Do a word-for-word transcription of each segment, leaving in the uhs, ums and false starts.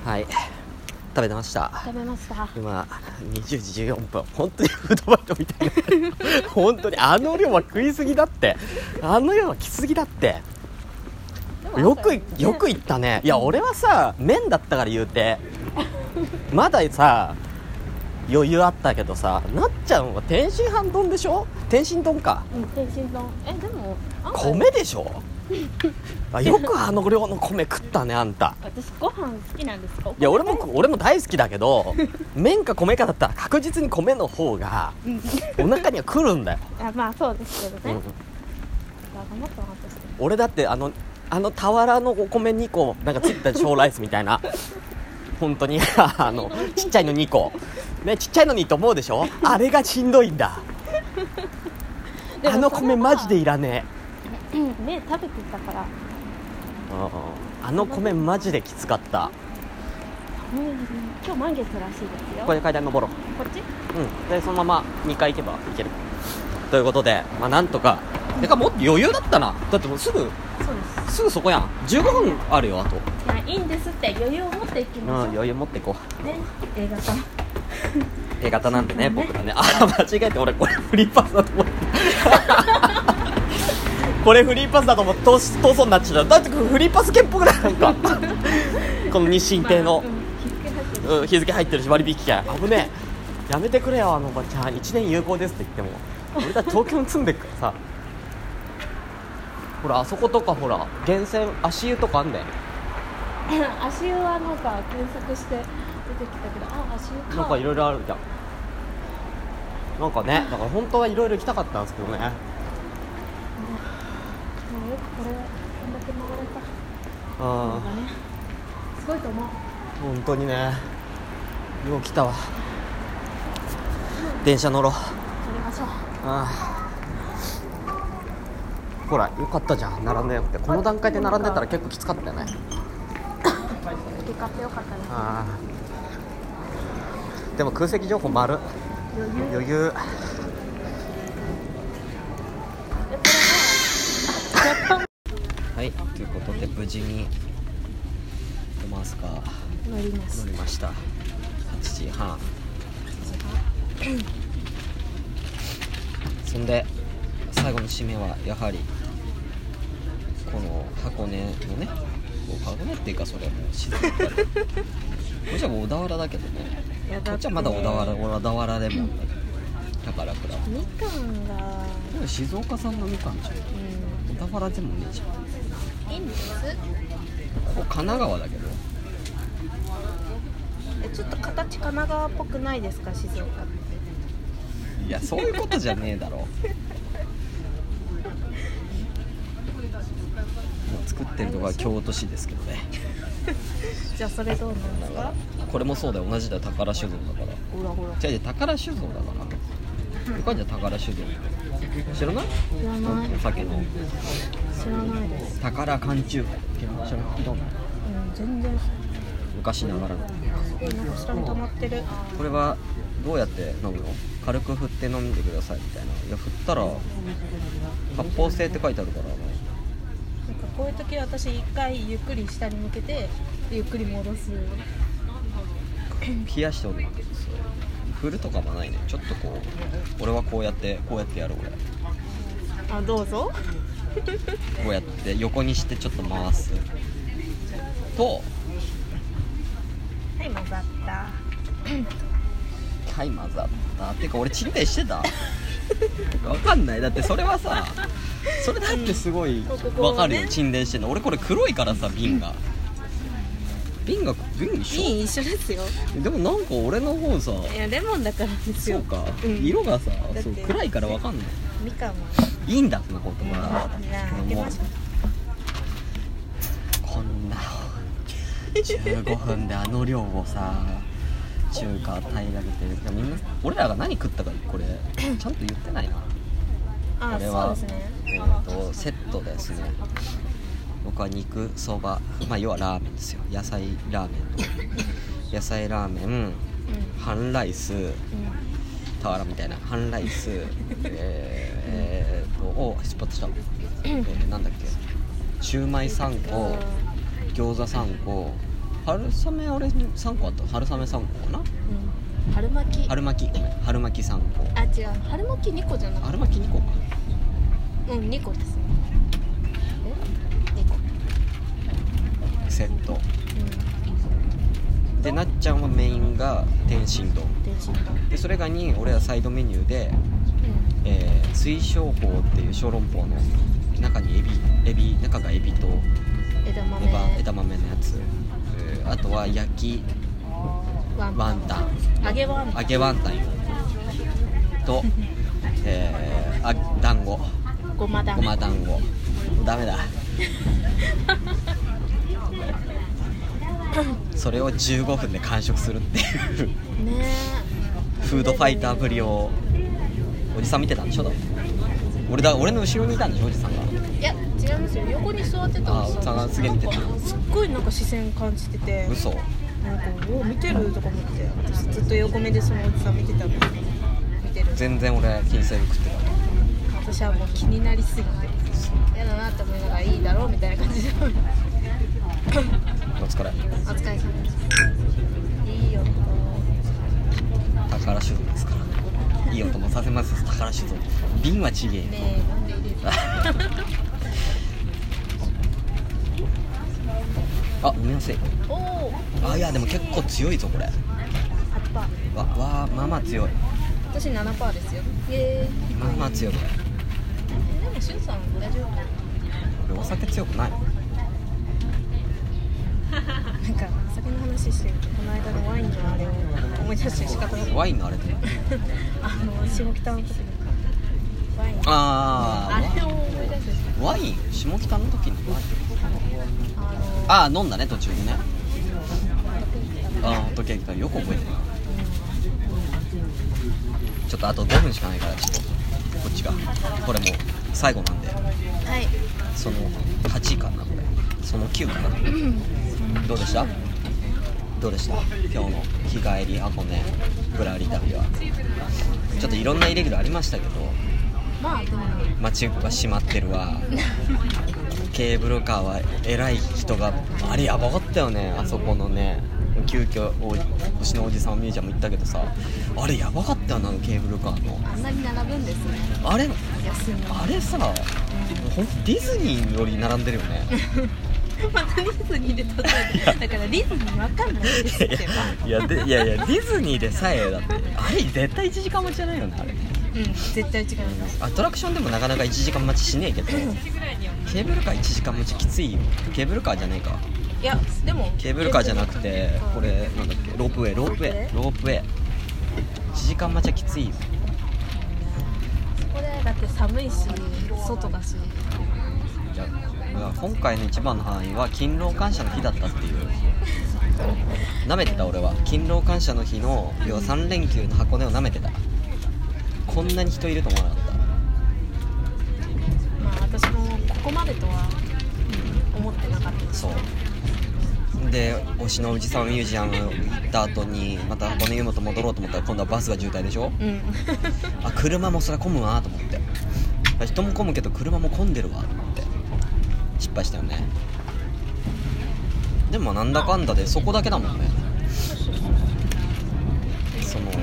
はい、食べてました。 食べました。 今にじゅうじじゅうよんぷん、本当にフードバイトみたいな本当にあの量は食いすぎだって、あの量はきすぎだって。よくよく言ったね。いや俺はさ麺だったから言うてまださ余裕あったけどさ、なっちゃんは天津飯丼でしょ。天津丼か、 うん、天津丼。えでも米でしょあ、よくあの量の米食ったねあんた。 私ご飯好きなんですか。 いや俺も俺も大好きだけど麺か米かだったら確実に米の方がお腹には来るんだよあ、まあそうですけどね、 うん、 頑張ってもらって俺だってあのあの俵のお米にこなんかついた小ライスみたいな本当にあのちっちゃいのにこね、ちっちゃいのにと思うでしょ。あれがしんどいんだあの米マジでいらねえ。うん、ね食べてたから。 あの米マジできつかった。 うん、今日満月らしいですよ。 これ階段登ろう。こっち？ うん。でそのままにかい行けば行けるということで、まあなんとか。てかもっと余裕だったな。だってもうすぐそうです。 すぐそこやん。じゅうごふんあるよあと。 いやいいんですって、余裕を持っていきうん、 ましょう。 余裕持っていこう。 ね、A 型。 A 型なんでね、僕らね。あ、間違えて俺これフリーパスだと思ってこれフリーパスだと思って逃走になっちゃう。だってフリーパス券っぽくないなんかこの日清亭の、 まあうん、日付入ってる。 うん、日付入ってるし割引券危ねえ。やめてくれよあのおばちゃん。いちねん有効ですって言っても俺たち東京に住んでるからさほらあそことかほら源泉足湯とかあんだよ。 足湯はなんか検索して出てきたけど、あ、足湯か。 なんかいろいろあるじゃん。なんかね、だから本当はいろいろ行きたかったんですけどね。 もうよくこれこんだけ登れたのがね、すごいと思う。 本当にね、よう来たわ。電車乗ろう。 乗りましょう。 ああほらよかったじゃん、並んでなくて。この段階で並んでたら結構きつかったよね。 受け買ってよかったね。 あでも空席情報丸。 余裕余裕。 え、こはい、ということで無事に出ますか。 れは乗ります乗りました。はちじはん。そんで最後の締めはやはりこの箱根のね、箱根っていうかそれはもう静岡でこっちはもう小田原だけどね、こっちはまだ小田原小田原でも宝倉みかんがこれ静岡産のみかんじゃん。小田原でもねえじゃん。 いいんです。 ここ神奈川だけどえ、ちょっと形神奈川っぽくないですか、静岡って。 いやそういうことじゃねえだろもう作ってるのが京都市ですけどねじゃあそれどうなんですか。 これもそうだよ、同じだよ、宝酒造だから。 ほらほら。 違う違う、宝酒造だから他には宝酒造知らない？ 知らない。 お酒の知らないです。 宝缶中華知らない？どうなの？ うん、全然。 昔ながらの。 え、なんか下に溜まってる。 これはどうやって飲むの？軽く振って飲んでくださいみたいな。いや振ったら発泡性って書いてあるから、 なんかこういう時は私一回ゆっくり下に向けてゆっくり戻す。 冷やしておるんですよ。振るとかもないね。ちょっとこう俺はこうやってこうやってやる。俺あ、どうぞ。 こうやって横にしてちょっと回すと、 はい、混ざった。 はい混ざったってか俺沈殿してたわかんない。だってそれはさそれだってすごいわかるよ、沈殿してんの。俺これ黒いからさ、瓶が瓶が瓶一緒。 瓶一緒ですよ。 でもなんか俺の方さ、 いやレモンだからですよ。 そうか、 うん、 色がさってそう暗いからわかんない。 みかんはいいんだそんなことは。 じゃあ開けましょう。 こんなじゅうごふんであの量をさ中華平らげてる。いやみんな俺らが何食ったかこれちゃんと言ってないな。 あ、 これはそうですね。 えー、とセットですね。僕は肉そば、まあ要はラーメンですよ。野菜ラーメン野菜ラーメン、うん、半ライス、うん、俵みたいな半ライスえー、とお出発した、えー、なんだっけシューマイさんこ、餃子さんこ、 春雨俺さんこあった。春雨さんこかな。 うん、春巻き春巻きごめん春巻きさんこ。 あ違う春巻きにこじゃなくて春巻きにこか。 うんにこですね。えにこセットうんでなっちゃんはメインが天津丼天津丼でそれがに俺はサイドメニューで、 うんえー、水晶法っていう小籠包の中にエビエビ中がエビと枝豆枝枝豆のやつ、えーあとは焼きワンワンタン揚げワンタン揚げワンタンよと、えー、あ団子ごま団ごま団子ダメだそれをじゅうごふんで完食するっていうねフードファイターぶりをおじさん見てたんでしょ。だ俺だ俺の後ろにいたんでしょおじさんが。 いや違いますよ横に座ってたあおじさんがすげえ見てた。 なんかすっごいなんか視線感じてて嘘。 なんかお見てるとか思って私ずっと横目でそのおじさん見てたの見てる全然俺気にせず食って私はもう気になりすぎて嫌だなって思いながらいいだろうみたいな感じでた。お疲れ。 お疲れ様ですいいよ宝酒造ですからいい音もさせます。宝酒造瓶はちげえよ、 ねえなんでいいですかあ飲みやすい。 おおあいやでも結構強いぞこれ。 はちパーセントわわまあまあ強い。 私 ななパーセント ですよイエーイまあまあ強いこれ。 でもしゅんさん大丈夫俺お酒強くない。 なんかお酒の話してるとこの間のワインのあれを思い出して仕方なくワインのあれであの下北の時にワインああれを思い出してーワイン下北の時にワインあのあー飲んだね途中にね。あーホットケーキだよく覚えてる。ちょっとあとごふんしかないからちょっとこっちがこれもう最後なんではいそのはちかなこれそのきゅうかなどうでしたどうでした今日の日帰り箱根ぶらり旅は。ちょっといろんなイレギュラーありましたけどまあでも街が閉まってるわケーブルカーは偉い人があれやばかったよね。あそこのね急遽星のおじさんミュージアム行ったけどさあれやばかったよなあのケーブルカーのあんなに並ぶんですねあれ安いのあれさほんとディズニーより並んでるよねまたディズニーで例えてだからディズニーわかんないですっていやでいやいやディズニーでさえだってあれ絶対いちじかん待ちじゃないよねあれ。 うん絶対違いますアトラクションでもなかなかいちじかん待ちしねえけどケーブルカーいちじかん待ちきついよ。ケーブルカーじゃねえかいやでもケーブルカーじゃなくてこれなんだっけロープウェイロープウェイロープウェイいちじかん待ちはきついよ。 これだって寒いし外だしいや今回の一番の範囲は勤労感謝の日だったっていうなめてた俺は勤労感謝の日の要はさん連休の箱根をなめてた。こんなに人いると思わなかった。 まあ私もここまでとは思ってなかったですそうで推しのおじさんミュージアム行った後にまた箱根湯本戻ろうと思ったら今度はバスが渋滞でしょうんあ車もそれ混むなと思って人も混むけど車も混んでるわと思って失敗したよね。でもなんだかんだでそこだけだもんね。その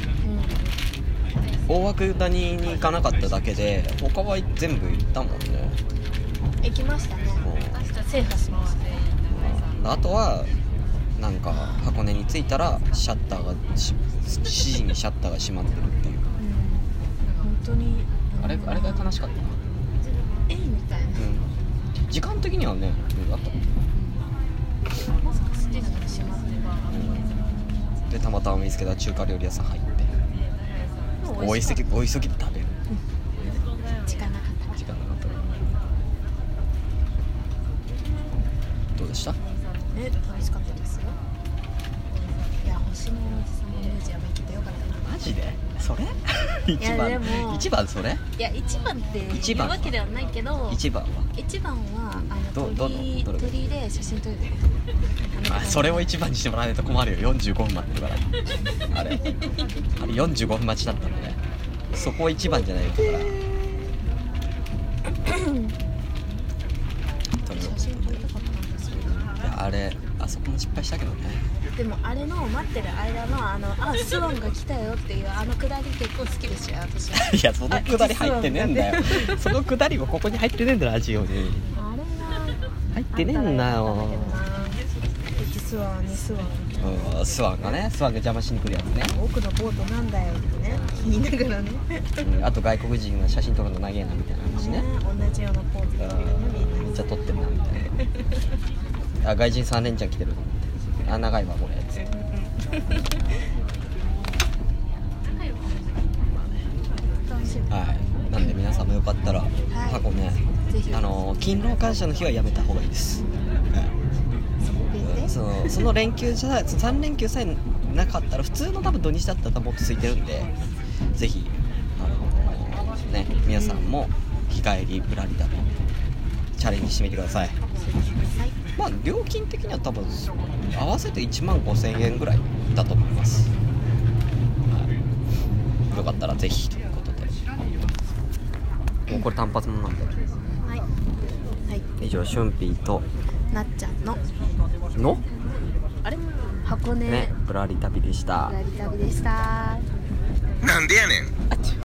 大涌谷に行かなかっただけで他は全部行ったもんね。 行きましたね制覇しましたね。 あとはなんか箱根に着いたらシャッターがししちじにシャッターが閉まってるっていう、 うん、本当にあれあれが悲しかったな。 えみたいな、 うん、時間的にはねあった、 まさかしちじに閉まってうん、でたまたま見つけた中華料理屋さん入ってお急ぎお急ぎで食べる時間なかった時間なかったどうでした？ ね楽しかったですよ。いや星のおじさんのミュージアム行けてよかったな。 マジでそれ一いやで番も一番それいや一番って一番言うわけではないけど一番は一番はあのどど鳥居どれ鳥居で写真撮るあそれを一番にしてもらわないと困るよ。よんじゅうごふん待ってるからあれあれよんじゅうごふん待ちだったのでそこは一番じゃないから写真撮りたかったんですけどいやあれああそこも失敗したけどね。 でもあれの待ってる間のあのあスワンが来たよっていうあのくだり結構好きですよ私は。 いやそのくだり入ってねえんだよそのくだりもここに入ってねえんだよラジオに。 あれは入ってねえんだよ。 エキスワンにスワン、 うん、スワンがねスワンが邪魔しに来るやつね。 奥のボートなんだよってね言いながらね、 うん、あと外国人が写真撮るの長えなみたいな話ね。 同じようなポーズで、ね、 めっちゃ撮ってるなみたいなあ外人さん連チャン来てるあ長いわこれはい、なんで皆さんもよかったら、はい、過去ねあの勤労感謝の日はやめた方がいいです、はい、そのその連休じゃさん連休さえなかったら普通の多分土日だったらもっと空いてるんでぜひあの、ね、皆さんも日帰りぶらり旅チャレンジしてみてください。まあ料金的には多分合わせていちまんごせんえんぐらいだと思います、はい、よかったらぜひということでもうこれ単発ものなんで、 はいはい、 以上シュンピーとなっちゃんののあれ箱根ねぶらり旅でした。 ぶらり旅でした。 なんでやねん。